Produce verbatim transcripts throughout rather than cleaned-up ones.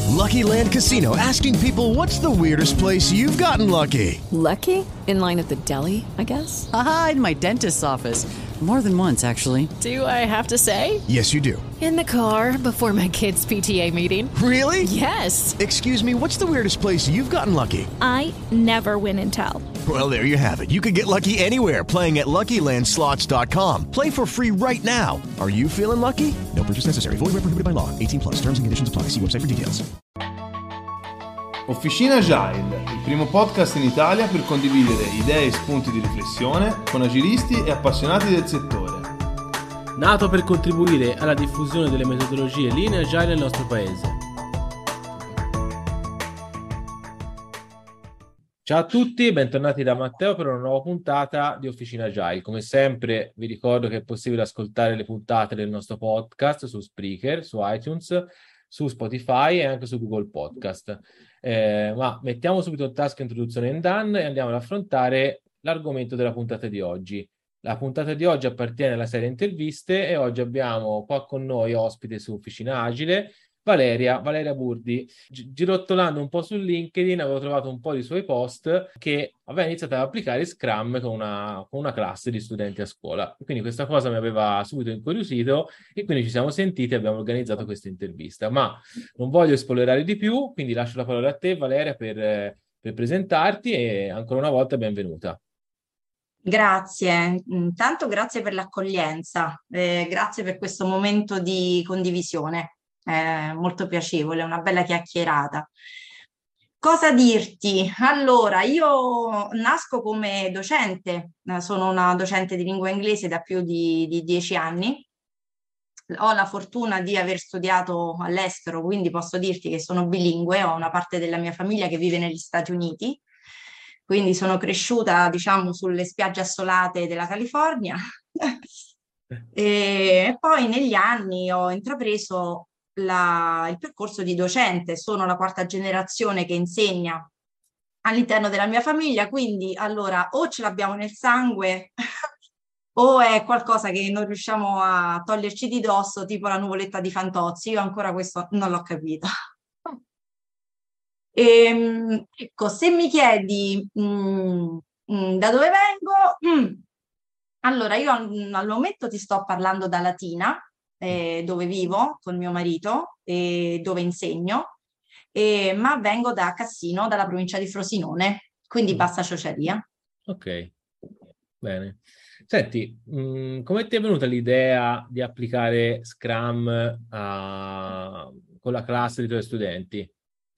Lucky Land Casino, asking people, what's the weirdest place you've gotten lucky? Lucky? In line at the deli, I guess? Aha, in my dentist's office. More than once, actually. Do I have to say? Yes, you do. In the car before my kids' P T A meeting. Really? Yes. Excuse me, what's the weirdest place you've gotten lucky? I never win and tell. Well, there you have it. You can get lucky anywhere, playing at Lucky Land Slots dot com. Play for free right now. Are you feeling lucky? No purchase necessary. Void where prohibited by law. eighteen plus. Terms and conditions apply. See website for details. Officina Agile, il primo podcast in Italia per condividere idee e spunti di riflessione con agilisti e appassionati del settore. Nato per contribuire alla diffusione delle metodologie Lean e Agile nel nostro paese. Ciao a tutti e bentornati da Matteo per una nuova puntata di Officina Agile. Come sempre vi ricordo che è possibile ascoltare le puntate del nostro podcast su Spreaker, su iTunes, su Spotify e anche su Google Podcast. Eh, ma mettiamo subito il task introduzione and done e andiamo ad affrontare l'argomento della puntata di oggi. La puntata di oggi appartiene alla serie interviste e oggi abbiamo qua con noi ospite su Officina Agile Valeria, Valeria Burdi. Gi- girottolando un po' su LinkedIn avevo trovato un po' di suoi post che aveva iniziato ad applicare Scrum con una, con una classe di studenti a scuola. Quindi questa cosa mi aveva subito incuriosito e quindi ci siamo sentiti e abbiamo organizzato questa intervista. Ma non voglio spoilerare di più, quindi lascio la parola a te Valeria per, per presentarti e ancora una volta benvenuta. Grazie, intanto grazie per l'accoglienza, eh, grazie per questo momento di condivisione. È molto piacevole, una bella chiacchierata. Cosa dirti? Allora, io nasco come docente, sono una docente di lingua inglese da più di, di dieci anni. Ho la fortuna di aver studiato all'estero, quindi posso dirti che sono bilingue, ho una parte della mia famiglia che vive negli Stati Uniti, quindi sono cresciuta, diciamo, sulle spiagge assolate della California. E poi negli anni ho intrapreso La, il percorso di docente, sono la quarta generazione che insegna all'interno della mia famiglia, quindi allora o ce l'abbiamo nel sangue o è qualcosa che non riusciamo a toglierci di dosso, tipo la nuvoletta di Fantozzi. Io ancora questo non l'ho capito. E, ecco, se mi chiedi mh, mh, da dove vengo, mh, allora io al, al momento ti sto parlando da Latina, Eh, dove vivo con mio marito e dove insegno, eh, ma vengo da Cassino, dalla provincia di Frosinone, quindi Bassa Ciociaria. Ok, bene. Senti, mh, come ti è venuta l'idea di applicare Scrum a... con la classe dei tuoi studenti?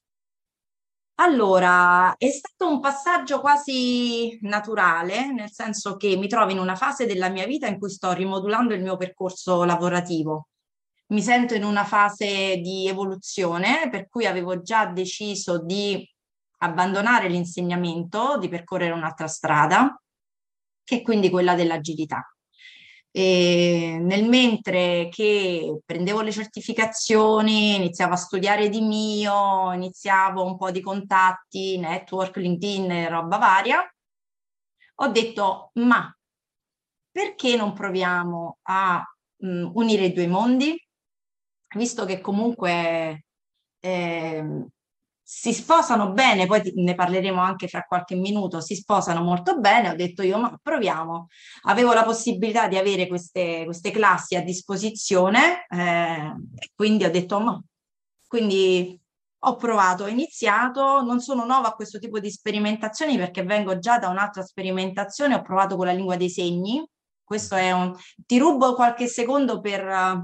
Allora, è stato un passaggio quasi naturale, nel senso che mi trovo in una fase della mia vita in cui sto rimodulando il mio percorso lavorativo. Mi sento in una fase di evoluzione, per cui avevo già deciso di abbandonare l'insegnamento, di percorrere un'altra strada, che è quindi quella dell'agilità. E nel mentre che prendevo le certificazioni, iniziavo a studiare di mio, iniziavo un po' di contatti, network, LinkedIn e roba varia, ho detto, ma perché non proviamo a mh, unire i due mondi? Visto che comunque eh, si sposano bene, poi ne parleremo anche fra qualche minuto, si sposano molto bene, ho detto io, ma proviamo. Avevo la possibilità di avere queste, queste classi a disposizione, eh, quindi ho detto, ma. Quindi ho provato, ho iniziato, non sono nuova a questo tipo di sperimentazioni perché vengo già da un'altra sperimentazione, ho provato con la lingua dei segni, questo è un. Ti rubo qualche secondo per.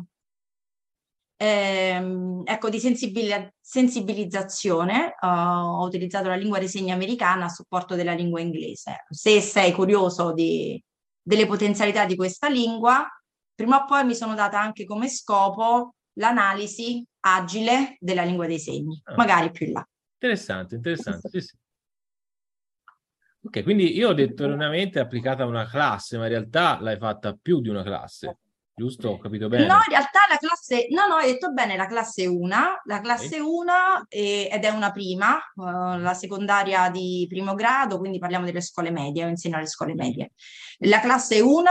Ehm, ecco, di sensibil- sensibilizzazione, uh, ho utilizzato la lingua dei segni americana a supporto della lingua inglese. Se sei curioso di, delle potenzialità di questa lingua, prima o poi mi sono data anche come scopo l'analisi agile della lingua dei segni, Ah, magari più in là. interessante, interessante, sì, sì. Ok, quindi io ho detto erroneamente applicata a una classe, ma in realtà l'hai fatta più di una classe, giusto? Ho capito bene? No, in realtà la classe, no, no, hai detto bene, la classe uno, la classe uno eh, ed è una prima, eh, la secondaria di primo grado, quindi parliamo delle scuole medie, io insegno alle scuole medie. La classe uno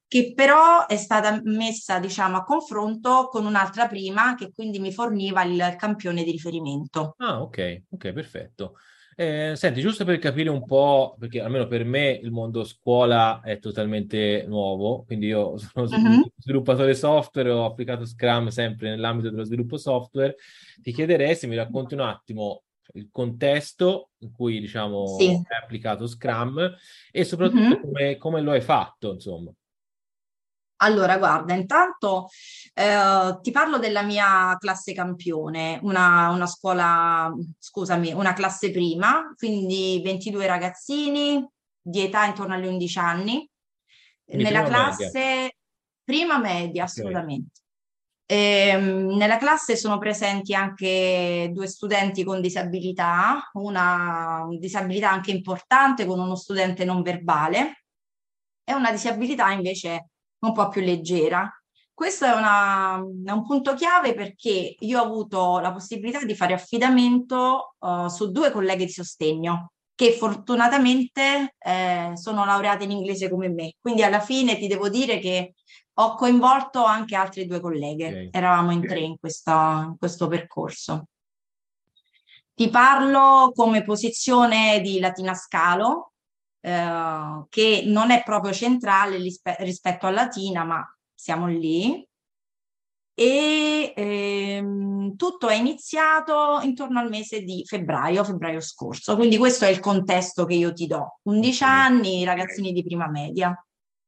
che però è stata messa, diciamo, a confronto con un'altra prima che quindi mi forniva il campione di riferimento. Ah, ok, ok, perfetto. Eh, senti, giusto per capire un po', perché almeno per me il mondo scuola è totalmente nuovo, quindi io sono Mhm. sviluppatore software, ho applicato Scrum sempre nell'ambito dello sviluppo software. Ti chiederei se mi racconti un attimo il contesto in cui, diciamo, Sì. è applicato Scrum e soprattutto Mhm. come, come lo hai fatto, insomma. Allora, guarda, intanto eh, ti parlo della mia classe campione, una, una scuola, scusami, una classe prima, quindi ventidue ragazzini di età intorno agli undici anni. Quindi Nella prima media. classe prima media, Ok. assolutamente. Ehm, nella classe sono presenti anche due studenti con disabilità, una disabilità anche importante con uno studente non verbale e una disabilità invece un po' più leggera. Questo è, una- è un punto chiave perché io ho avuto la possibilità di fare affidamento eh, su due colleghe di sostegno che fortunatamente eh, sono laureate in inglese come me. Quindi alla fine ti devo dire che ho coinvolto anche altre due colleghe. Ok. Eravamo in tre in questa- in questo percorso. Ti parlo come posizione di Latina Scalo, eh, che non è proprio centrale rispe- rispetto a Latina, ma siamo lì. E ehm, tutto è iniziato intorno al mese di febbraio, febbraio scorso. Quindi questo è il contesto che io ti do. undici Ok. anni, ragazzini di prima media.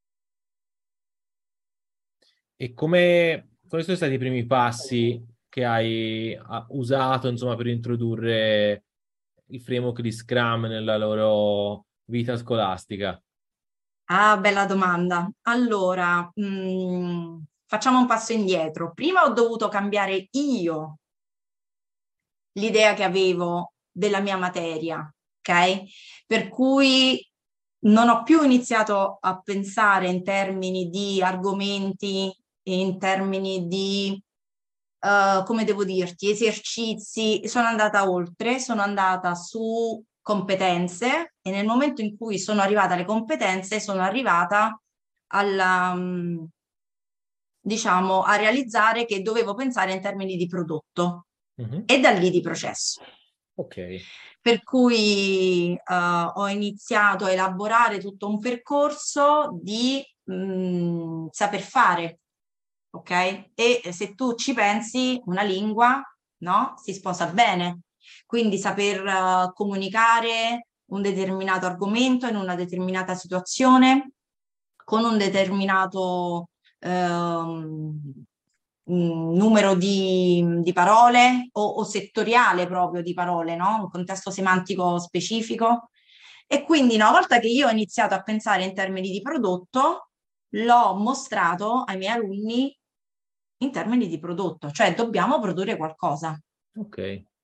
E come, quali sono stati i primi passi che hai ah, usato, insomma, per introdurre il framework di Scrum nella loro vita scolastica? Ah, bella domanda. Allora, mh, facciamo un passo indietro. Prima ho dovuto cambiare io l'idea che avevo della mia materia, ok? Per cui non ho più iniziato a pensare in termini di argomenti, in termini di, eh, come devo dirti, esercizi. Sono andata oltre, sono andata su competenze e nel momento in cui sono arrivata alle competenze, sono arrivata alla, mm, diciamo, a realizzare che dovevo pensare in termini di prodotto Mhm. e da lì di processo. Ok, Per cui eh, ho iniziato a elaborare tutto un percorso di mh, saper fare, ok? E se tu ci pensi, una lingua, no? Si sposa bene. Quindi saper eh, comunicare un determinato argomento in una determinata situazione, con un determinato ehm, mh, numero di, di parole o, o settoriale proprio di parole, no? Un contesto semantico specifico. E quindi una volta che io ho iniziato a pensare in termini di prodotto, l'ho mostrato ai miei alunni in termini di prodotto, cioè dobbiamo produrre qualcosa. ok,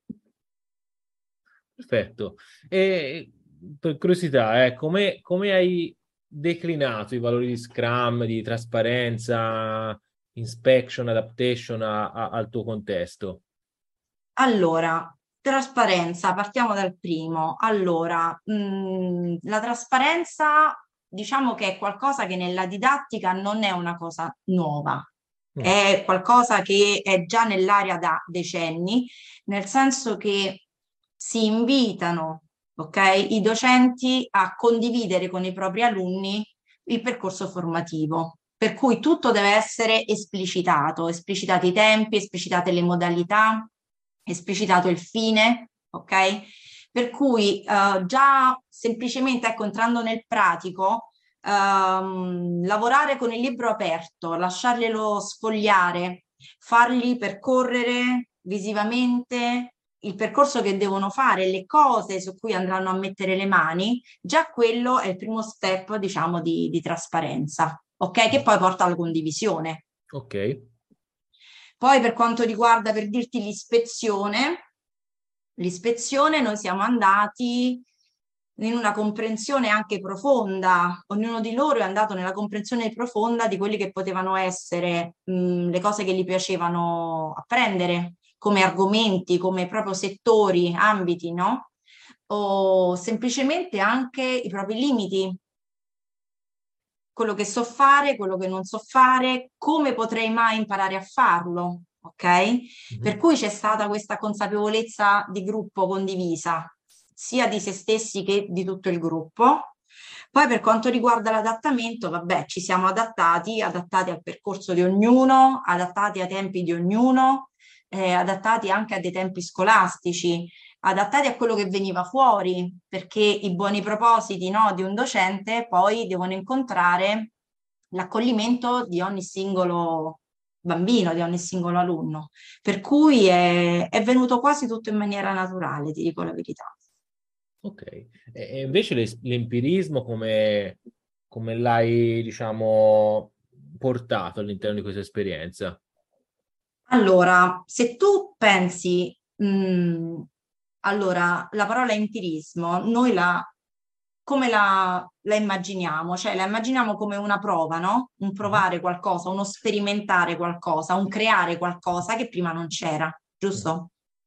perfetto. E per curiosità, eh, come, come hai declinato i valori di Scrum, di trasparenza, inspection, adaptation a- a- al tuo contesto? Allora, trasparenza, partiamo dal primo. Allora, mh, la trasparenza, diciamo che è qualcosa che nella didattica non è una cosa nuova, Mm. è qualcosa che è già nell'aria da decenni, nel senso che si invitano, ok, i docenti a condividere con i propri alunni il percorso formativo. Per cui tutto deve essere esplicitato, esplicitati i tempi, esplicitate le modalità, esplicitato il fine, ok? Per cui eh, già semplicemente, ecco, entrando nel pratico, ehm, lavorare con il libro aperto, lasciarglielo sfogliare, fargli percorrere visivamente il percorso che devono fare, le cose su cui andranno a mettere le mani, già quello è il primo step, diciamo, di, di trasparenza, ok? Che poi porta alla condivisione. Ok, Poi per quanto riguarda, per dirti l'ispezione, l'ispezione noi siamo andati in una comprensione anche profonda, ognuno di loro è andato nella comprensione profonda di quelli che potevano essere mh, le cose che gli piacevano apprendere come argomenti, come proprio settori, ambiti, no? O semplicemente anche i propri limiti. quello che so fare, quello che non so fare, come potrei mai imparare a farlo, ok? Mhm. Per cui c'è stata questa consapevolezza di gruppo condivisa, sia di se stessi che di tutto il gruppo. Poi per quanto riguarda l'adattamento, vabbè, ci siamo adattati, adattati al percorso di ognuno, adattati ai tempi di ognuno, eh, adattati anche a dei tempi scolastici, adattati a quello che veniva fuori, perché i buoni propositi, no, di un docente poi devono incontrare l'accoglimento di ogni singolo bambino, di ogni singolo alunno. Per cui è, è venuto quasi tutto in maniera naturale, ti dico la verità. Ok, e e invece l'es- l'empirismo come, come l'hai, diciamo, portato all'interno di questa esperienza? Allora, se tu pensi, mh, allora, la parola empirismo, noi la, come la, la immaginiamo? Cioè la immaginiamo come una prova, no? Un provare qualcosa, uno sperimentare qualcosa, un creare qualcosa che prima non c'era, giusto?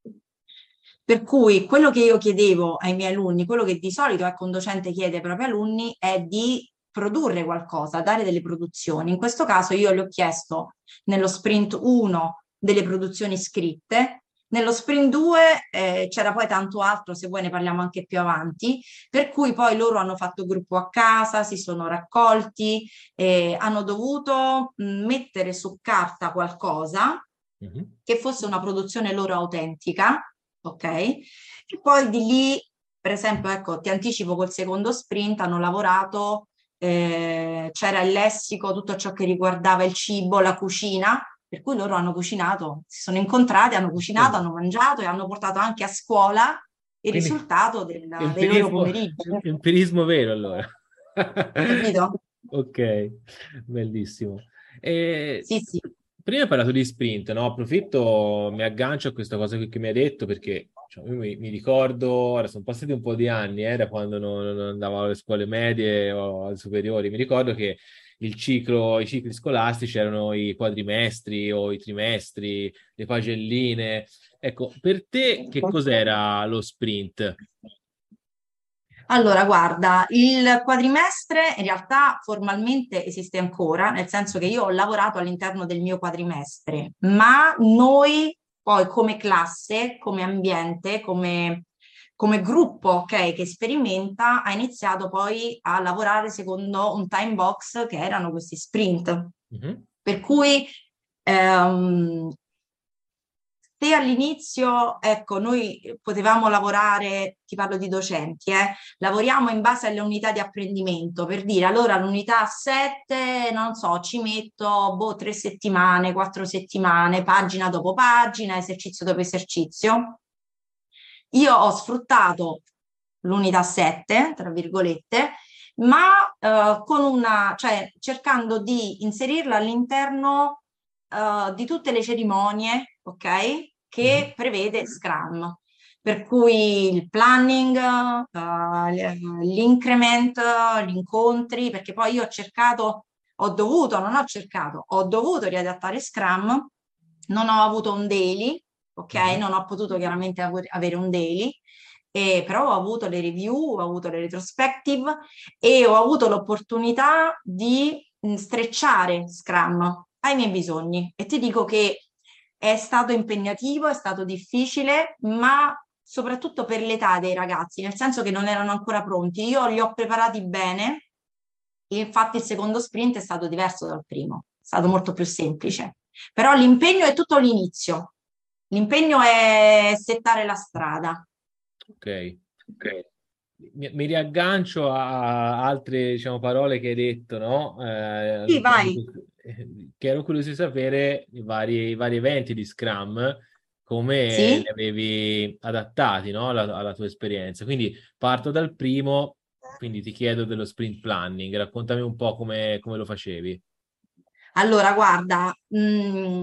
Per cui quello che io chiedevo ai miei alunni, quello che di solito ecco, un docente chiede ai propri alunni è di produrre qualcosa, dare delle produzioni. In questo caso io gli ho chiesto nello sprint uno delle produzioni scritte, nello sprint due eh, c'era poi tanto altro, se vuoi ne parliamo anche più avanti, per cui poi loro hanno fatto gruppo a casa, si sono raccolti, eh, hanno dovuto mh, mettere su carta qualcosa Mhm. che fosse una produzione loro autentica, ok? E poi di lì, per esempio, ecco, ti anticipo col secondo sprint, hanno lavorato, eh, c'era il lessico, tutto ciò che riguardava il cibo, la cucina, per cui loro hanno cucinato, si sono incontrati, hanno cucinato, Quindi, hanno mangiato e hanno portato anche a scuola il quindi risultato del- dei loro empirismo, pomeriggi, empirismo vero allora. capito? Ok, bellissimo. E Sì, sì. prima hai parlato di sprint, no? Approfitto, mi aggancio a questa cosa qui che mi hai detto perché cioè, io mi, mi ricordo, ora sono passati un po' di anni, eh, da quando non, non andavo alle scuole medie o alle superiori, mi ricordo che il ciclo, i cicli scolastici erano i quadrimestri o i trimestri, le pagelline. Ecco, per te che cos'era lo sprint? Allora, guarda, il quadrimestre in realtà formalmente esiste ancora, nel senso che io ho lavorato all'interno del mio quadrimestre, ma noi poi come classe, come ambiente, come, come gruppo, ok, che sperimenta, ha iniziato poi a lavorare secondo un time box che erano questi sprint. Mhm. Per cui ehm, se all'inizio, ecco, noi potevamo lavorare, ti parlo di docenti, eh, lavoriamo in base alle unità di apprendimento, per dire, allora l'unità sette, non so, ci metto boh, tre settimane, quattro settimane, pagina dopo pagina, esercizio dopo esercizio. Io ho sfruttato l'unità sette, tra virgolette, ma eh, con una, cioè cercando di inserirla all'interno eh, di tutte le cerimonie, ok? Mhm. Che prevede Scrum. Per cui il planning, eh, l'increment, gli incontri, perché poi io ho cercato, ho dovuto, non ho cercato, ho dovuto riadattare Scrum, non ho avuto un daily, ok? Mhm. Non ho potuto chiaramente av- avere un daily, eh, però ho avuto le review, ho avuto le retrospective e ho avuto l'opportunità di mh, strecciare Scrum ai miei bisogni. E ti dico che è stato impegnativo, è stato difficile, ma soprattutto per l'età dei ragazzi, nel senso che non erano ancora pronti. Io li ho preparati bene, e infatti il secondo sprint è stato diverso dal primo, è stato molto più semplice. Però l'impegno è tutto l'inizio. L'impegno è settare la strada. Ok. Mi, mi riaggancio a altre, diciamo, parole che hai detto, no? Sì, Eh, vai. che ero curioso di sapere i vari, i vari eventi di Scrum, come li Sì? avevi adattati, no? Alla, alla tua esperienza. Quindi parto dal primo, quindi ti chiedo dello sprint planning, raccontami un po' come, come lo facevi. Allora, guarda, mh,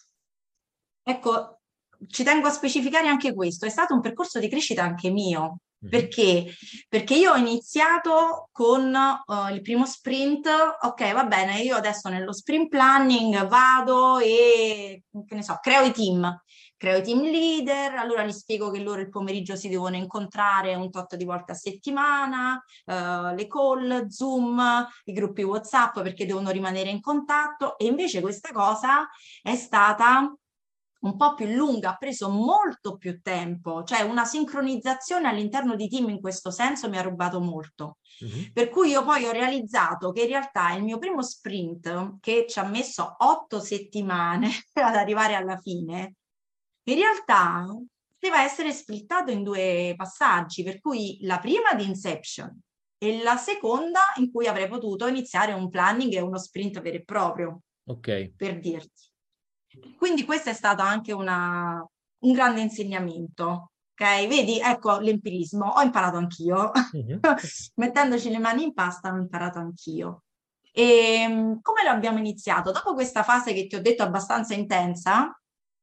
ecco, ci tengo a specificare anche questo, è stato un percorso di crescita anche mio. Mhm. Perché? Perché io ho iniziato con uh, il primo sprint, ok, va bene, io adesso nello sprint planning vado e, che ne so, creo i team. creo i team leader, allora gli spiego che loro il pomeriggio si devono incontrare un tot di volte a settimana, uh, le call, Zoom, i gruppi WhatsApp perché devono rimanere in contatto, e invece questa cosa è stata un po' più lunga, ha preso molto più tempo, cioè una sincronizzazione all'interno di team in questo senso mi ha rubato molto. Mm-hmm. Per cui io poi ho realizzato che in realtà il mio primo sprint, che ci ha messo otto settimane ad arrivare alla fine, in realtà poteva essere splittato in due passaggi, per cui la prima di Inception e la seconda in cui avrei potuto iniziare un planning e uno sprint vero e proprio, okay. Per dirti. Quindi questo è stato anche una, un grande insegnamento, ok? Vedi, ecco l'empirismo, ho imparato anch'io, mm-hmm. Mettendoci le mani in pasta ho imparato anch'io. E come l'abbiamo iniziato? Dopo questa fase che ti ho detto abbastanza intensa,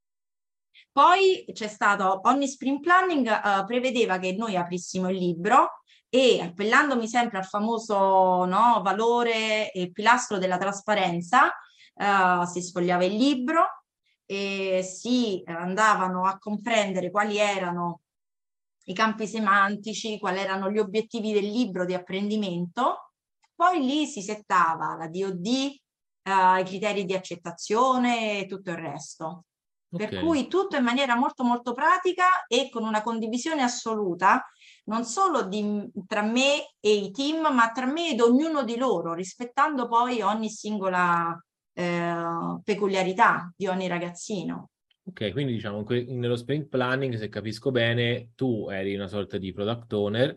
poi c'è stato, ogni sprint planning uh, prevedeva che noi aprissimo il libro e, appellandomi sempre al famoso no, valore e pilastro della trasparenza, uh, si sfogliava il libro e si andavano a comprendere quali erano i campi semantici, quali erano gli obiettivi del libro di apprendimento, poi lì si settava la D O D, uh, i criteri di accettazione e tutto il resto. Okay. Per cui tutto in maniera molto molto pratica e con una condivisione assoluta, non solo di, tra me e i team, ma tra me ed ognuno di loro, rispettando poi ogni singola eh, peculiarità di ogni ragazzino. Ok, quindi diciamo que- nello sprint planning, se capisco bene, tu eri una sorta di product owner.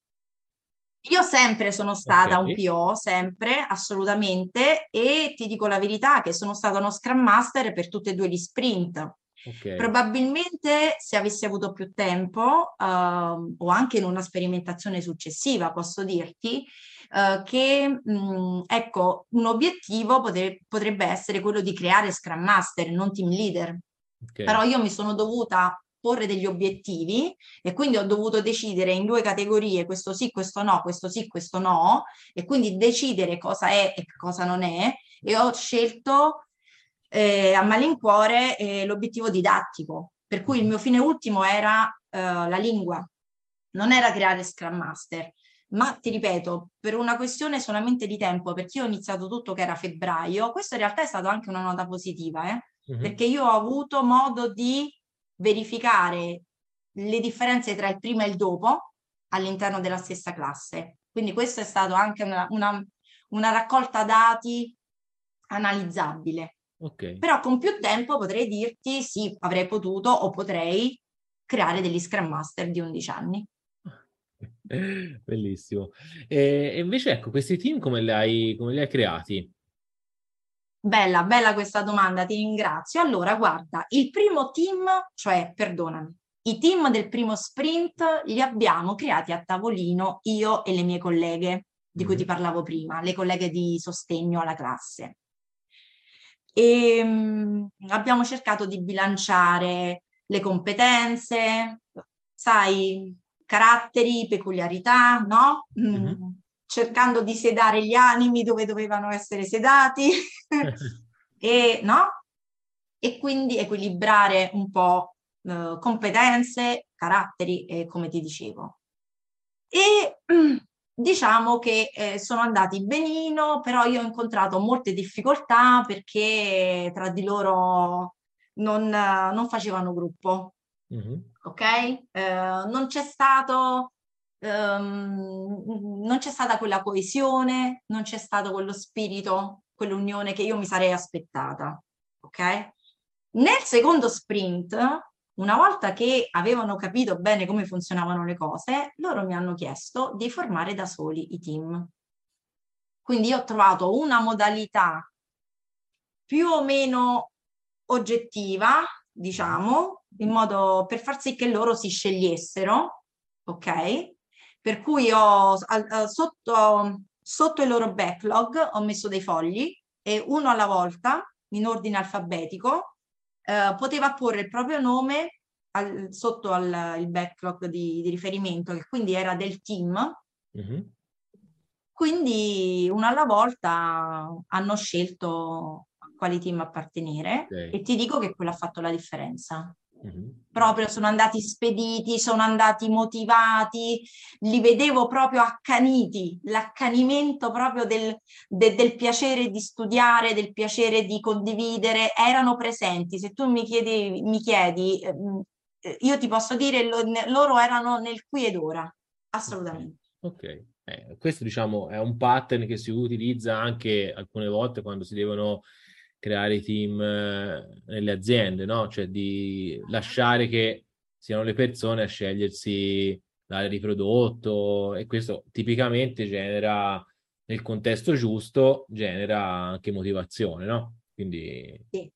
Io sempre sono stata okay. un P O, sempre, assolutamente, e ti dico la verità che sono stata uno Scrum Master per tutti e due gli sprint. Okay. Probabilmente se avessi avuto più tempo, uh, o anche in una sperimentazione successiva, posso dirti, uh, che mh, ecco, un obiettivo potre- potrebbe essere quello di creare Scrum Master, non Team Leader. Okay. Però io mi sono dovuta porre degli obiettivi e quindi ho dovuto decidere in due categorie, questo sì, questo no, questo sì, questo no, e quindi decidere cosa è e cosa non è, e ho scelto eh, a malincuore eh, l'obiettivo didattico, per cui il mio fine ultimo era eh, la lingua, non era creare Scrum Master, ma ti ripeto, per una questione solamente di tempo, perché io ho iniziato tutto che era febbraio, questo in realtà è stato anche una nota positiva, eh? Mm-hmm. Perché io ho avuto modo di verificare le differenze tra il prima e il dopo all'interno della stessa classe. Quindi questo è stato anche una, una, una raccolta dati analizzabile. Okay. Però con più tempo potrei dirti sì, avrei potuto o potrei creare degli Scrum Master di undici anni. Bellissimo. E invece ecco, questi team come li hai, come li hai creati? Bella, bella questa domanda, ti ringrazio. Allora, guarda, il primo team, cioè, perdonami, i team del primo sprint li abbiamo creati a tavolino io e le mie colleghe, di cui mm. ti parlavo prima, le colleghe di sostegno alla classe. E um, abbiamo cercato di bilanciare le competenze, sai, caratteri, peculiarità, no? Mm. Mm. Cercando di sedare gli animi dove dovevano essere sedati e, no? E quindi equilibrare un po' eh, competenze, caratteri, eh, come ti dicevo. E diciamo che eh, sono andati benino, però io ho incontrato molte difficoltà perché tra di loro non, non facevano gruppo, mm-hmm. ok? Eh, non c'è stato... Um, non c'è stata quella coesione, non c'è stato quello spirito, quell'unione che io mi sarei aspettata, ok? Nel secondo sprint, una volta che avevano capito bene come funzionavano le cose, loro mi hanno chiesto di formare da soli i team. Quindi io ho trovato una modalità più o meno oggettiva, diciamo, in modo per far sì che loro si scegliessero, ok? Per cui ho uh, sotto, sotto il loro backlog ho messo dei fogli e uno alla volta, in ordine alfabetico, uh, poteva porre il proprio nome al, sotto al il backlog di, di riferimento, che quindi era del team. Mm-hmm. Quindi uno alla volta hanno scelto a quali team appartenere, okay. E ti dico che quello ha fatto la differenza. Mm-hmm. Proprio sono andati spediti, sono andati motivati, li vedevo proprio accaniti, l'accanimento proprio del, de, del piacere di studiare, del piacere di condividere, erano presenti. Se tu mi chiedi, mi chiedi eh, io ti posso dire, lo, loro erano nel qui ed ora, assolutamente. Ok, okay. Eh, questo diciamo è un pattern che si utilizza anche alcune volte quando si devono creare i team eh, nelle aziende, no? Cioè di lasciare che siano le persone a scegliersi l'area di prodotto, e questo tipicamente genera, nel contesto giusto, genera anche motivazione, no? Quindi... Sì.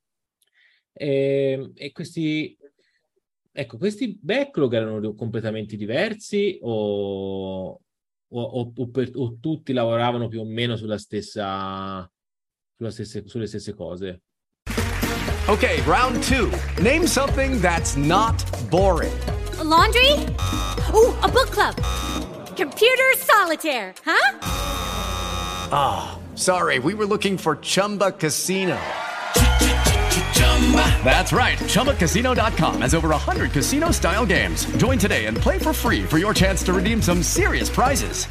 E, e questi... Ecco, questi backlog erano completamente diversi o, o, o, o per, o tutti lavoravano più o meno sulla stessa, sulla stesse, sulle stesse cose? Okay, round two. Name something that's not boring. A laundry? Ooh, a book club. Computer solitaire, huh? Ah, oh, sorry, we were looking for Chumba Casino. That's right. Chumba Casino dot com has over one hundred casino-style games. Join today and play for free for your chance to redeem some serious prizes.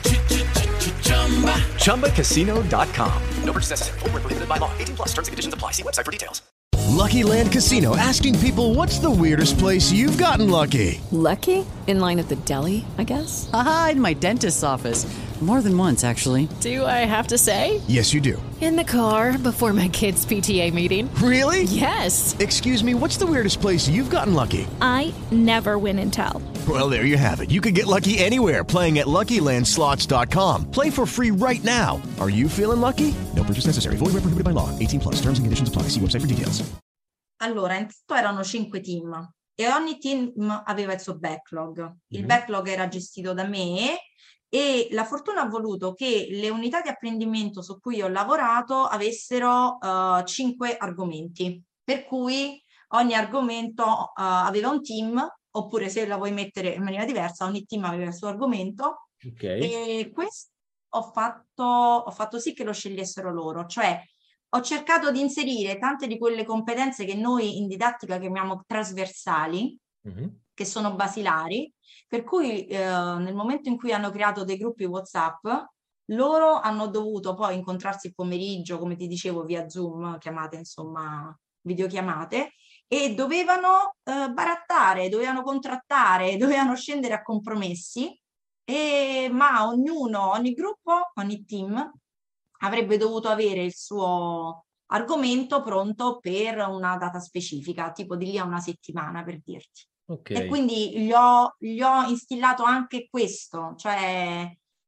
Chumba Casino dot com. No purchase necessary. Void where prohibited by law. eighteen plus terms and conditions apply. See website for details. Lucky Land Casino, asking people, what's the weirdest place you've gotten lucky? Lucky? In line at the deli, I guess? Aha, in my dentist's office. More than once, actually. Do I have to say? Yes, you do. In the car before my kids' P T A meeting. Really? Yes. Excuse me, what's the weirdest place you've gotten lucky? I never win and tell. Well, there you have it. You can get lucky anywhere, playing at Lucky Land Slots dot com. Play for free right now. Are you feeling lucky? No purchase necessary. Void where prohibited by law. eighteen plus. Terms and conditions apply. See website for details. Allora, intanto erano cinque team e ogni team aveva il suo backlog. Il Mm. backlog era gestito da me e la fortuna ha voluto che le unità di apprendimento su cui ho lavorato avessero uh, cinque argomenti, per cui ogni argomento uh, aveva un team, oppure se la vuoi mettere in maniera diversa, ogni team aveva il suo argomento. Ok. E questo ho fatto, ho fatto sì che lo scegliessero loro, cioè ho cercato di inserire tante di quelle competenze che noi in didattica chiamiamo trasversali, Mm-hmm. che sono basilari, per cui eh, nel momento in cui hanno creato dei gruppi WhatsApp, loro hanno dovuto poi incontrarsi il pomeriggio, come ti dicevo, via Zoom, chiamate insomma, videochiamate, e dovevano eh, barattare, dovevano contrattare, dovevano scendere a compromessi, e, ma ognuno, ogni gruppo, ogni team avrebbe dovuto avere il suo argomento pronto per una data specifica, tipo di lì a una settimana, per dirti. Okay. E quindi gli ho, gli ho instillato anche questo, cioè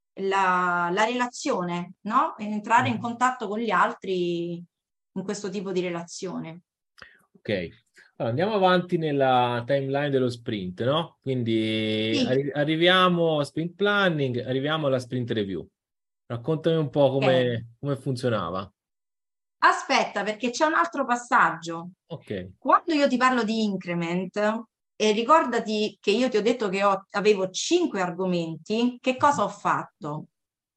la, la relazione, no? Entrare in contatto con gli altri in questo tipo di relazione. Ok, allora, andiamo avanti nella timeline dello sprint, no? Quindi Sì. arri- arriviamo a sprint planning, arriviamo alla sprint review. Raccontami un po' come, Ok. come funzionava. Aspetta, perché c'è un altro passaggio. Ok. Quando io ti parlo di increment, e ricordati che io ti ho detto che ho, avevo cinque argomenti, che cosa ho fatto?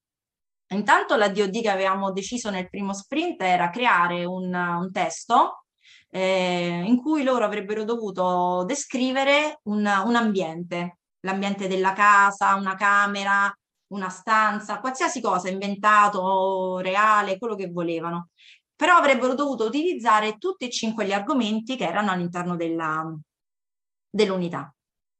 Intanto la D O D che avevamo deciso nel primo sprint era creare un, un testo eh, in cui loro avrebbero dovuto descrivere un, un ambiente, l'ambiente della casa, una camera, una stanza, qualsiasi cosa, inventato, reale, quello che volevano. Però avrebbero dovuto utilizzare tutti e cinque gli argomenti che erano all'interno della, dell'unità.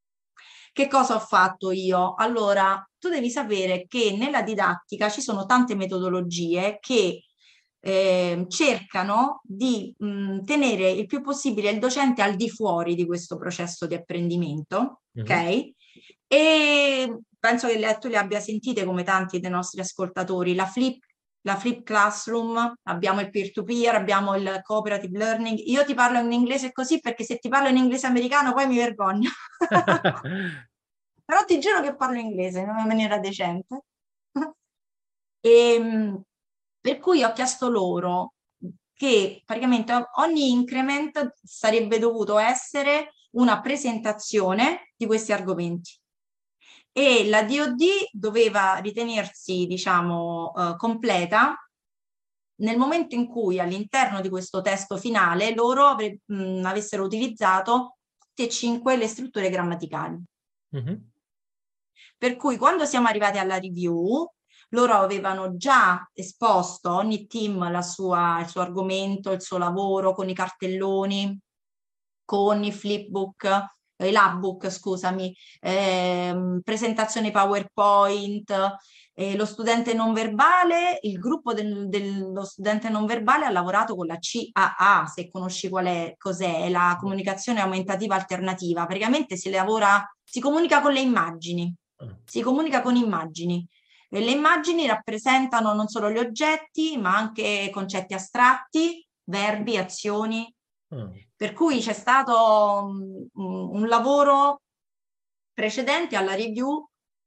Che cosa ho fatto io? Allora, tu devi sapere che nella didattica ci sono tante metodologie che eh, cercano di mh, tenere il più possibile il docente al di fuori di questo processo di apprendimento, Mhm. ok? E penso che le, tu le abbia sentite come tanti dei nostri ascoltatori, la flip, la flip classroom, abbiamo il peer-to-peer, abbiamo il cooperative learning. Io ti parlo in inglese così perché se ti parlo in inglese americano poi mi vergogno. Però ti giuro che parlo inglese in una maniera decente. E, per cui ho chiesto loro che praticamente ogni increment sarebbe dovuto essere una presentazione di questi argomenti. E la D O D doveva ritenersi, diciamo, eh, completa nel momento in cui all'interno di questo testo finale loro avre- mh, avessero utilizzato tutte e cinque le strutture grammaticali. Mm-hmm. Per cui quando siamo arrivati alla review, loro avevano già esposto ogni team la sua, il suo argomento, il suo lavoro con i cartelloni, con i flipbook, eh, l'hubbook, scusami, ehm, presentazioni PowerPoint. Eh, lo studente non verbale, il gruppo del, dello studente non verbale ha lavorato con la C A A, se conosci qual è, cos'è, è la comunicazione aumentativa alternativa. Praticamente si lavora, si comunica con le immagini, si comunica con immagini. E le immagini rappresentano non solo gli oggetti, ma anche concetti astratti, verbi, azioni. Mm. Per cui c'è stato um, un lavoro precedente alla review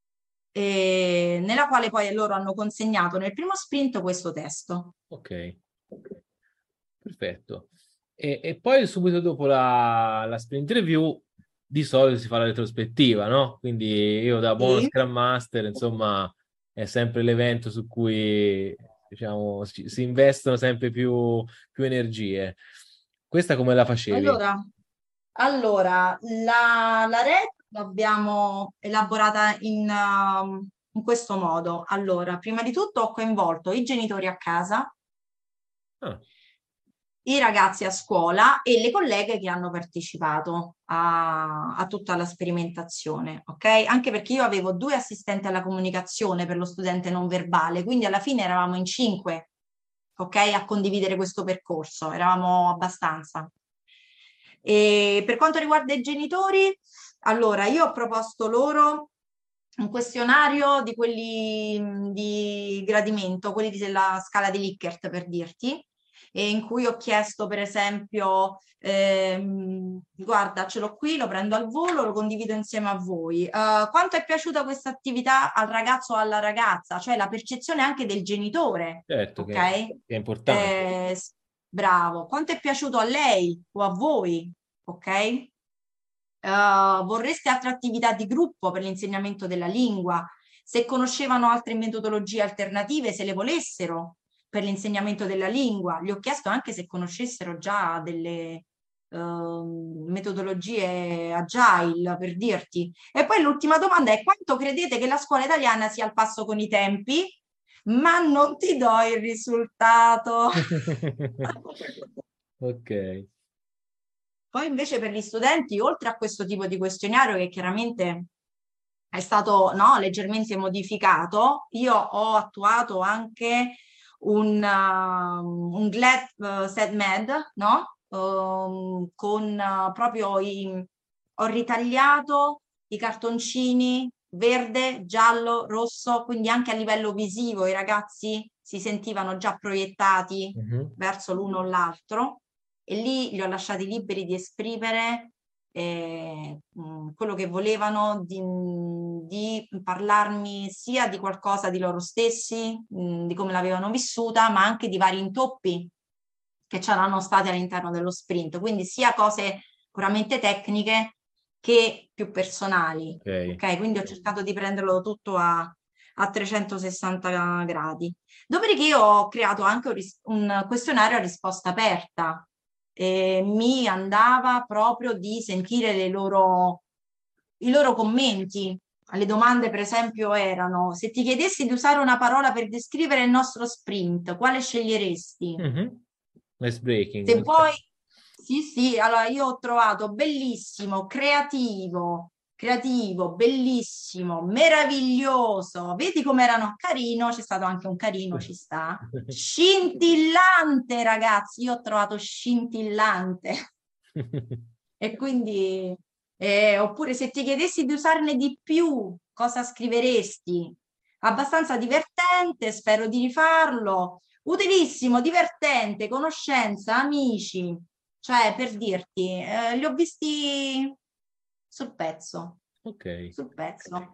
eh, nella quale poi loro hanno consegnato nel primo sprint questo testo. Ok, perfetto. E, e poi subito dopo la, la sprint review di solito si fa la retrospettiva, no? Quindi io da buon Sì. Scrum Master, insomma, è sempre l'evento su cui, diciamo, si, si investono sempre più, più energie. Questa come la facevi? Allora, allora la, la retro l'abbiamo elaborata in, uh, in questo modo. Allora, prima di tutto ho coinvolto i genitori a casa, ah. i ragazzi a scuola e le colleghe che hanno partecipato a, a tutta la sperimentazione, ok? Anche perché io avevo due assistenti alla comunicazione per lo studente non verbale, quindi alla fine eravamo in cinque, ok? A condividere questo percorso, eravamo abbastanza. E per quanto riguarda i genitori, allora io ho proposto loro un questionario di quelli di gradimento, quelli della scala di Likert, per dirti, e in cui ho chiesto per esempio ehm, guarda, ce l'ho qui, lo prendo al volo, lo condivido insieme a voi. Uh, quanto è piaciuta questa attività al ragazzo o alla ragazza? Cioè la percezione anche del genitore. Certo, ok? che, che è importante. Eh, bravo. Quanto è piaciuto a lei o a voi? Ok? Uh, vorreste altre attività di gruppo per l'insegnamento della lingua? Se conoscevano altre metodologie alternative, se le volessero per l'insegnamento della lingua. Gli ho chiesto anche se conoscessero già delle uh, metodologie agile, per dirti. E poi l'ultima domanda è: quanto credete che la scuola italiana sia al passo con i tempi? Ma non ti do il risultato. Ok. Poi invece per gli studenti, oltre a questo tipo di questionario che chiaramente è stato no, leggermente modificato, io ho attuato anche un, uh, un Glad uh, Set Med, no? Um, con uh, proprio i... ho ritagliato i cartoncini verde, giallo, rosso, quindi anche a livello visivo i ragazzi si sentivano già proiettati uh-huh. verso l'uno o l'altro, e lì li ho lasciati liberi di esprimere eh, mh, quello che volevano, di, di parlarmi sia di qualcosa di loro stessi, mh, di come l'avevano vissuta, ma anche di vari intoppi che c'erano stati all'interno dello sprint, quindi sia cose puramente tecniche che più personali. Okay. Ok, quindi ho cercato di prenderlo tutto a, a trecentosessanta gradi. Dopodiché io ho creato anche un, ris- un questionario a risposta aperta. E mi andava proprio di sentire le loro, i loro commenti. Le domande per esempio erano: se ti chiedessi di usare una parola per descrivere il nostro sprint, quale sceglieresti? Mm-hmm. Ice breaking. Se vuoi, sì sì, allora io ho trovato bellissimo, creativo, creativo, bellissimo, meraviglioso, vedi come erano, carino, c'è stato anche un carino, ci sta, scintillante ragazzi, io ho trovato scintillante. E quindi eh, oppure se ti chiedessi di usarne di più, cosa scriveresti? Abbastanza divertente, spero di rifarlo, utilissimo, divertente, conoscenza, amici, cioè per dirti, eh, li ho visti sul pezzo, ok, sul pezzo.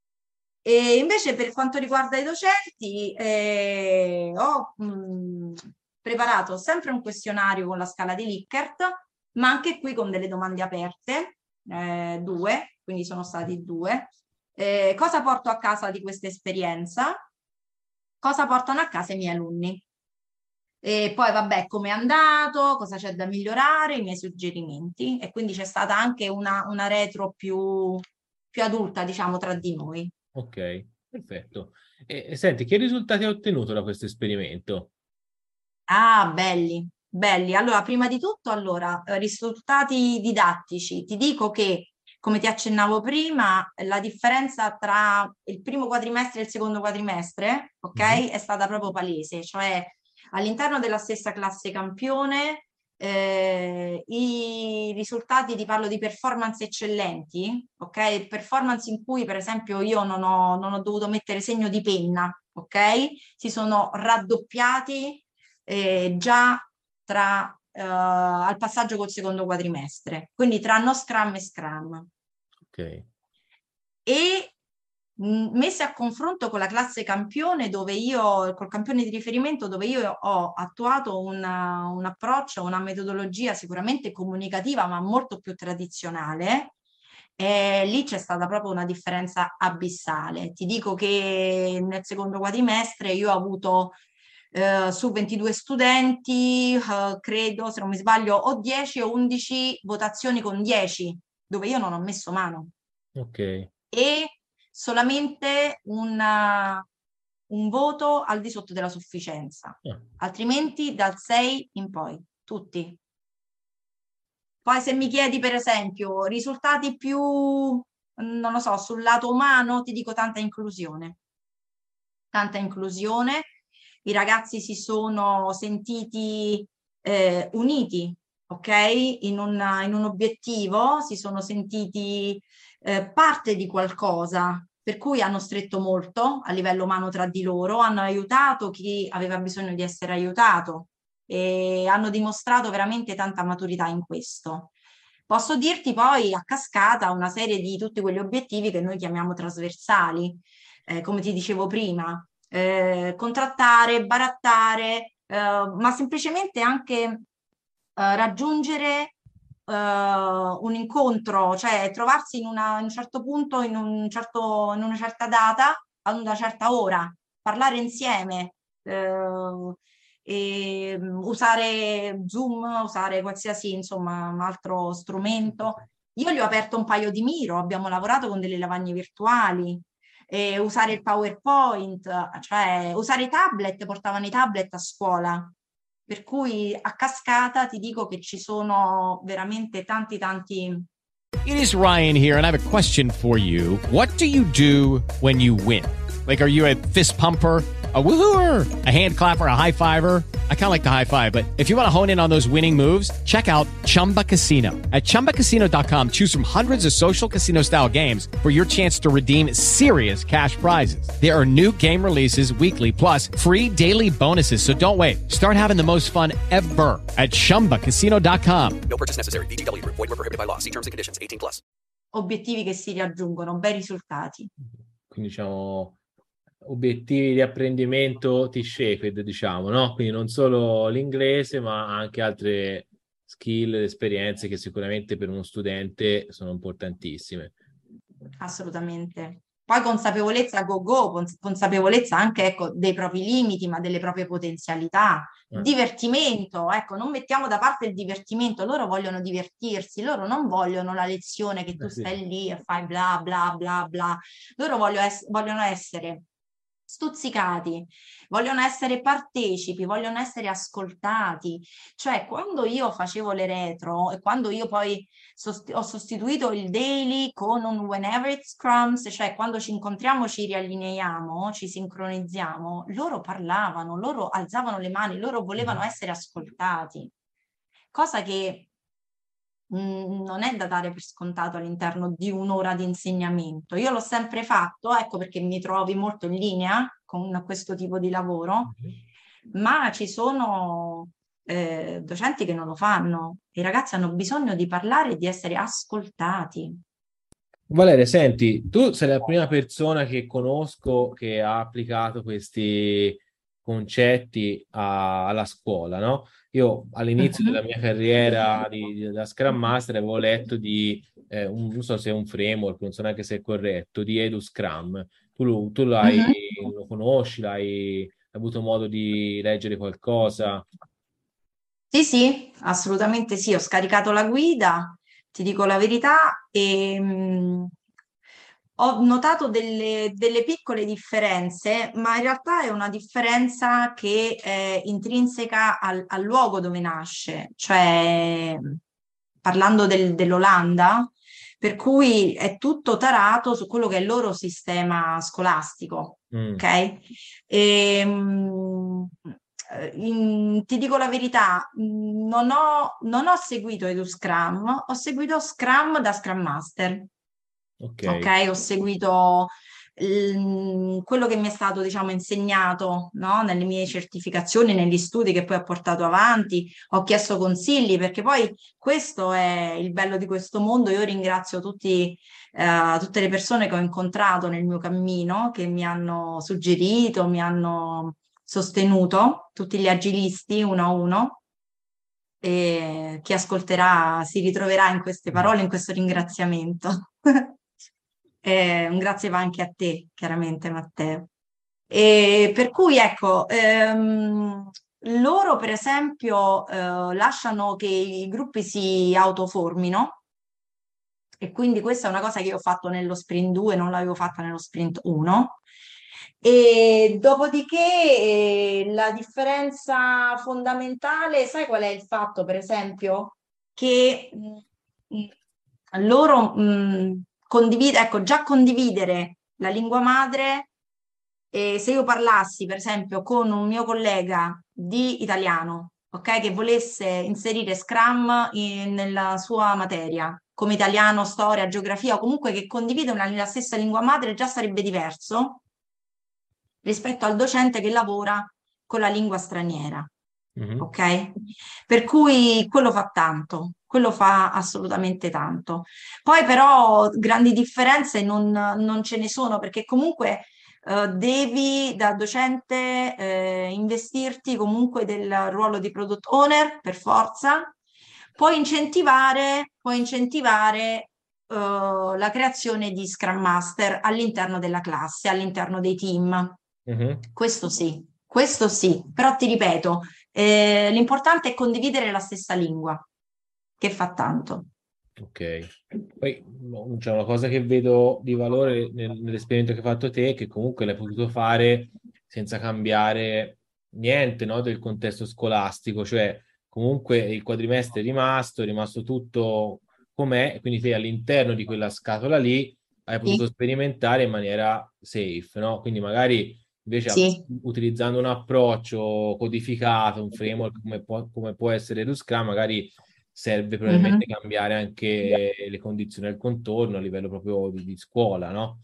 E invece per quanto riguarda i docenti eh, ho mh, preparato sempre un questionario con la scala di Likert, ma anche qui con delle domande aperte, eh, due, quindi sono stati due. Eh, cosa porto a casa di questa esperienza? Cosa portano a casa i miei alunni? E poi vabbè, come è andato, cosa c'è da migliorare, i miei suggerimenti, e quindi c'è stata anche una, una retro più, più adulta, diciamo, tra di noi. Ok, perfetto. E, e senti, che risultati hai ottenuto da questo esperimento? Ah, belli, belli. Allora, prima di tutto, allora, eh, risultati didattici. Ti dico che, come ti accennavo prima, la differenza tra il primo quadrimestre e il secondo quadrimestre, ok, Mhm. è stata proprio palese, cioè all'interno della stessa classe campione, eh, i risultati, ti parlo di performance eccellenti, ok? Performance in cui, per esempio, io non ho, non ho dovuto mettere segno di penna, ok? Si sono raddoppiati eh, già tra, eh, al passaggio col secondo quadrimestre, quindi tra no scrum e scrum. Ok. E mh, messe a confronto con la classe campione, dove io, col campione di riferimento, dove io ho attuato una, un approccio, una metodologia sicuramente comunicativa, ma molto più tradizionale. E lì c'è stata proprio una differenza abissale. Ti dico che nel secondo quadrimestre io ho avuto eh, su ventidue studenti, eh, credo, se non mi sbaglio, o dieci o undici votazioni con dieci, dove io non ho messo mano. Ok. E solamente una- un voto al di sotto della sufficienza, Ah, altrimenti dal sei in poi, tutti. Poi se mi chiedi per esempio risultati più, non lo so, sul lato umano, ti dico tanta inclusione. Tanta inclusione, i ragazzi si sono sentiti eh, uniti, ok? In un, in un obiettivo, si sono sentiti eh, parte di qualcosa, per cui hanno stretto molto a livello umano tra di loro, hanno aiutato chi aveva bisogno di essere aiutato e hanno dimostrato veramente tanta maturità in questo. Posso dirti poi a cascata una serie di tutti quegli obiettivi che noi chiamiamo trasversali, eh, come ti dicevo prima, eh, contrattare, barattare, eh, ma semplicemente anche eh, raggiungere eh, un incontro, cioè trovarsi in, una- in un certo punto, in, un certo, in una certa data, ad una certa ora, parlare insieme, eh, e mm, usare Zoom, usare qualsiasi, insomma, un altro strumento. Io gli ho aperto un paio di Miro, abbiamo lavorato con delle lavagne virtuali, eh, usare il PowerPoint, cioè usare i tablet, portavano i tablet a scuola. Per cui a cascata ti dico che ci sono veramente tanti tanti. It is Ryan here, and I have a question for you. What do you do when you win? Like, are you a fist pumper, a woohooer, a hand clapper, a high fiver? I kind of like the high five, but if you want to hone in on those winning moves, check out Chumba Casino. At chumba casino dot com, choose from hundreds of social casino style games for your chance to redeem serious cash prizes. There are new game releases weekly, plus free daily bonuses. So don't wait. Start having the most fun ever at chumba casino dot com. No purchase necessary. V G W Group. Void where prohibited by law. See terms and conditions. eighteen plus. Obiettivi che si raggiungono, bei risultati. quindi diciamo obiettivi di apprendimento T-shaped, diciamo, no? Quindi non solo l'inglese, ma anche altre skill, esperienze che sicuramente per uno studente sono importantissime. Assolutamente. Poi consapevolezza go go, cons- consapevolezza anche, ecco, dei propri limiti, ma delle proprie potenzialità. Eh. Divertimento, ecco, non mettiamo da parte il divertimento, loro vogliono divertirsi, loro non vogliono la lezione che tu Eh sì. stai lì e fai bla bla bla bla, loro voglio ess- vogliono essere stuzzicati, vogliono essere partecipi, vogliono essere ascoltati. Cioè, quando io facevo le retro e quando io poi sost- ho sostituito il daily con un whenever it scrums, cioè quando ci incontriamo ci riallineiamo, ci sincronizziamo, loro parlavano, loro alzavano le mani, loro volevano essere ascoltati. Cosa che mh, non è da dare per scontato all'interno di un'ora di insegnamento. Io l'ho sempre fatto, ecco perché mi trovi molto in linea con questo tipo di lavoro, ma ci sono eh, docenti che non lo fanno. I ragazzi hanno bisogno di parlare e di essere ascoltati. Valeria, senti, tu sei la prima persona che conosco che ha applicato questi concetti a- alla scuola, no? Io all'inizio della mia carriera di- da Scrum Master avevo letto di, eh, un, non so se è un framework, non so neanche se è corretto, di Edu Scrum. Tu, lo, tu l'hai, Mhm. lo conosci, l'hai avuto modo di leggere qualcosa? Sì, sì, assolutamente sì, ho scaricato la guida, ti dico la verità, e mh, ho notato delle, delle piccole differenze, ma in realtà è una differenza che è intrinseca al, al luogo dove nasce, cioè parlando del- dell'Olanda, per cui è tutto tarato su quello che è il loro sistema scolastico, Mm. ok? Ehm, eh, in- ti dico la verità, mh, non ho, non ho seguito Edu Scrum, ho seguito Scrum da Scrum Master. Ok. Ok, ho seguito il- quello che mi è stato, diciamo, insegnato, no? Nelle mie certificazioni, negli studi che poi ho portato avanti, ho chiesto consigli perché poi questo è il bello di questo mondo. Io ringrazio tutti, eh, tutte le persone che ho incontrato nel mio cammino, che mi hanno suggerito, mi hanno sostenuto, tutti gli agilisti uno a uno. E chi ascolterà si ritroverà in queste parole, in questo ringraziamento. Eh, un grazie va anche a te, chiaramente, Matteo. E per cui, ecco, ehm, loro, per esempio, eh, lasciano che i gruppi si autoformino, e quindi questa è una cosa che io ho fatto nello sprint due, non l'avevo fatta nello sprint uno. E dopodiché, eh, la differenza fondamentale, sai qual è il fatto, per esempio? Che mh, mh, loro mh, condivide, ecco, già condividere la lingua madre, e se io parlassi, per esempio, con un mio collega di italiano, ok, che volesse inserire Scrum in- nella sua materia, come italiano, storia, geografia, o comunque che condivide una, la stessa lingua madre, già sarebbe diverso rispetto al docente che lavora con la lingua straniera. Mhm. Ok? Per cui quello fa tanto, quello fa assolutamente tanto. Poi però grandi differenze non, non ce ne sono, perché comunque eh, devi da docente eh, investirti comunque del ruolo di product owner per forza, puoi incentivare, puoi incentivare eh, la creazione di Scrum Master all'interno della classe, all'interno dei team. Mhm. Questo sì, questo sì, però ti ripeto, eh, l'importante è condividere la stessa lingua, che fa tanto. Ok. Poi no, c'è una cosa che vedo di valore nel- nell'esperimento che hai fatto te, che comunque l'hai potuto fare senza cambiare niente, no, del contesto scolastico, cioè comunque il quadrimestre è rimasto, è rimasto tutto com'è, e quindi te all'interno di quella scatola lì hai potuto Sì, sperimentare in maniera safe, no? Quindi magari invece a- sì. utilizzando un approccio codificato, un framework come può, come può essere lo Scrum, magari serve probabilmente Mhm. cambiare anche le condizioni del contorno a livello proprio di, di scuola, no?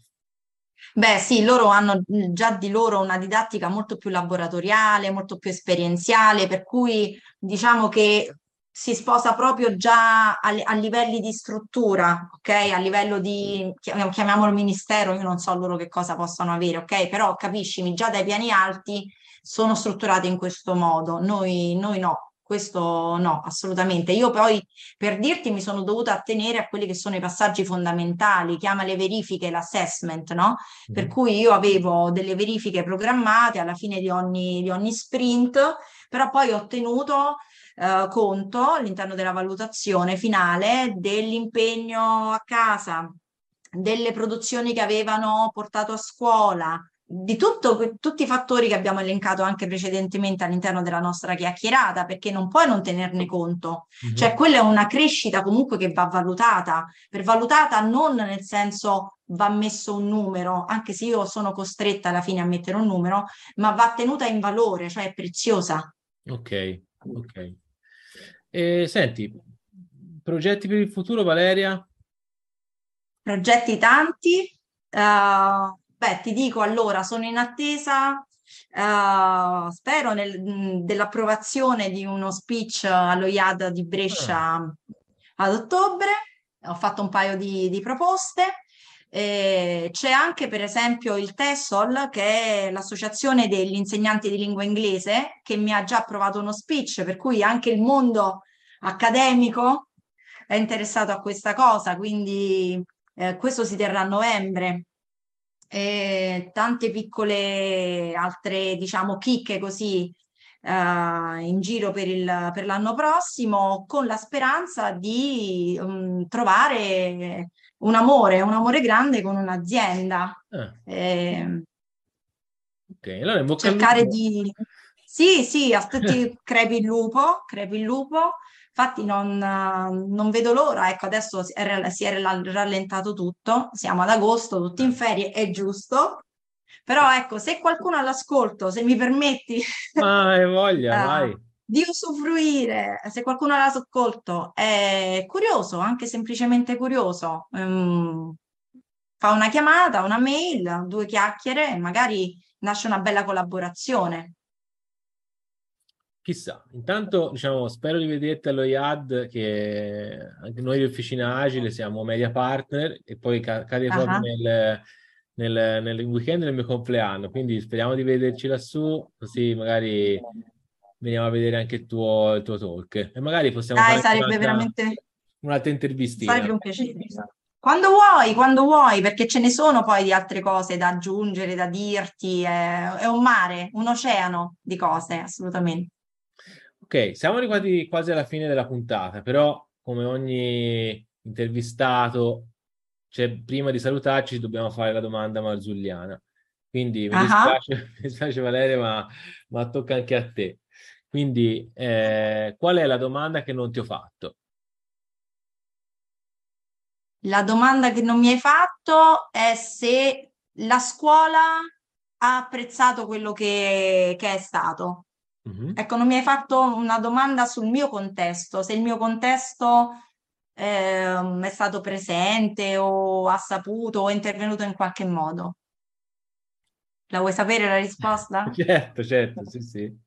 Beh, sì, loro hanno mh, già di loro una didattica molto più laboratoriale, molto più esperienziale, per cui diciamo che si sposa proprio già a, a livelli di struttura, ok? A livello di, chiam- chiamiamolo ministero, io non so loro che cosa possano avere, ok? Però capiscimi, già dai piani alti sono strutturate in questo modo, noi, noi no. Questo no, assolutamente. Io poi, per dirti, mi sono dovuta attenere a quelli che sono i passaggi fondamentali, chiama le verifiche, l'assessment, no? Per Mhm. cui io avevo delle verifiche programmate alla fine di ogni, di ogni sprint, però poi ho tenuto eh, conto all'interno della valutazione finale dell'impegno a casa, delle produzioni che avevano portato a scuola, di tutto, tutti i fattori che abbiamo elencato anche precedentemente all'interno della nostra chiacchierata, perché non puoi non tenerne conto. Cioè, Mhm. quella è una crescita comunque che va valutata, per valutata non nel senso va messo un numero, anche se io sono costretta alla fine a mettere un numero, ma va tenuta in valore, cioè è preziosa. Ok, ok. E senti, progetti per il futuro, Valeria? Progetti tanti. Eh, beh, ti dico allora, sono in attesa, eh, spero nel- mh, dell'approvazione di uno speech allo I A D di Ah, Brescia ad ottobre. Ho fatto un paio di, di proposte. Eh, c'è anche, per esempio, il TESOL, che è l'associazione degli insegnanti di lingua inglese, che mi ha già approvato uno speech, per cui anche il mondo accademico è interessato a questa cosa, quindi eh, questo si terrà a novembre. e tante piccole altre, diciamo, chicche così uh, in giro per, il, per l'anno prossimo, con la speranza di um, trovare un amore, un amore grande con un'azienda. Ah. Eh, ok, allora in bocca al cercare lupo. di... Sì, sì, aspetti, crepi il lupo, crepi il lupo. Infatti non, non vedo l'ora, ecco, adesso si è, si è rallentato tutto, siamo ad agosto, tutti in ferie, è giusto, però ecco, se qualcuno all'ascolto, se mi permetti Ma hai voglia, uh, vai. di usufruire, se qualcuno all'ascolto è curioso, anche semplicemente curioso, um, fa una chiamata, una mail, due chiacchiere e magari nasce una bella collaborazione. Chissà, intanto diciamo spero di vederti allo I A D, che anche noi di Officina Agile siamo media partner e poi ca- cade proprio Uh-huh. nel, nel, nel weekend del mio compleanno, quindi speriamo di vederci lassù, così magari veniamo a vedere anche il tuo, il tuo talk e magari possiamo Dai, fare sarebbe un'altra, veramente... un'altra intervistina. Sarebbe un piacere. Quando vuoi, quando vuoi, perché ce ne sono poi di altre cose da aggiungere, da dirti, è, è un mare, un oceano di cose, assolutamente. Ok, siamo arrivati quasi alla fine della puntata, però come ogni intervistato, cioè, prima di salutarci dobbiamo fare la domanda marzulliana. Quindi mi Uh-huh. dispiace, mi dispiace Valeria, ma, ma tocca anche a te. Quindi eh, qual è la domanda che non ti ho fatto? La domanda che non mi hai fatto è se la scuola ha apprezzato quello che, che è stato. Mm-hmm. Ecco, non mi hai fatto una domanda sul mio contesto, se il mio contesto ehm, è stato presente o ha saputo o è intervenuto in qualche modo. La vuoi sapere la risposta? Certo, certo, sì, sì.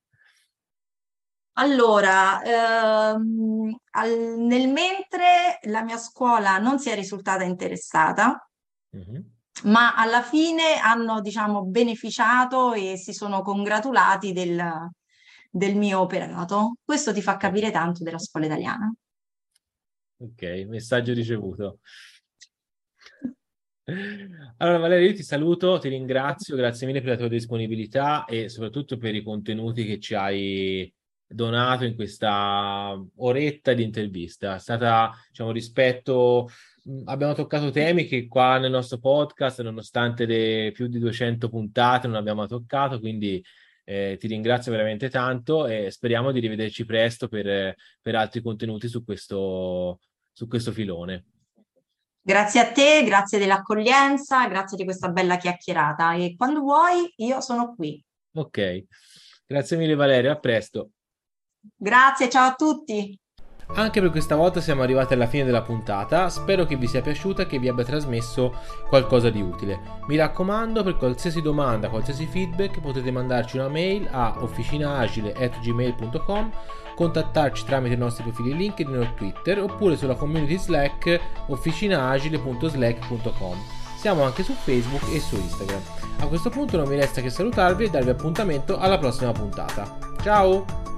Allora, ehm, al, nel mentre la mia scuola non si è risultata interessata, Mm-hmm. ma alla fine hanno, diciamo, beneficiato e si sono congratulati del, del mio operato. Questo ti fa capire tanto della scuola italiana. Ok, messaggio ricevuto. Allora Valeria, io ti saluto, ti ringrazio, grazie mille per la tua disponibilità e soprattutto per i contenuti che ci hai donato in questa oretta di intervista. È stata, diciamo, rispetto, abbiamo toccato temi che qua nel nostro podcast, nonostante le più di duecento puntate, non abbiamo toccato, quindi eh, ti ringrazio veramente tanto e speriamo di rivederci presto per, per altri contenuti su questo, su questo filone. Grazie a te, grazie dell'accoglienza, grazie di questa bella chiacchierata e quando vuoi io sono qui. Ok, grazie mille Valeria, a presto. Grazie, ciao a tutti. Anche per questa volta siamo arrivati alla fine della puntata, spero che vi sia piaciuta e che vi abbia trasmesso qualcosa di utile. Mi raccomando, per qualsiasi domanda, qualsiasi feedback potete mandarci una mail a officinaagile chiocciola gmail punto com, contattarci tramite i nostri profili LinkedIn o Twitter oppure sulla community Slack officinaagile punto slack punto com. Siamo anche su Facebook e su Instagram. A questo punto non mi resta che salutarvi e darvi appuntamento alla prossima puntata. Ciao!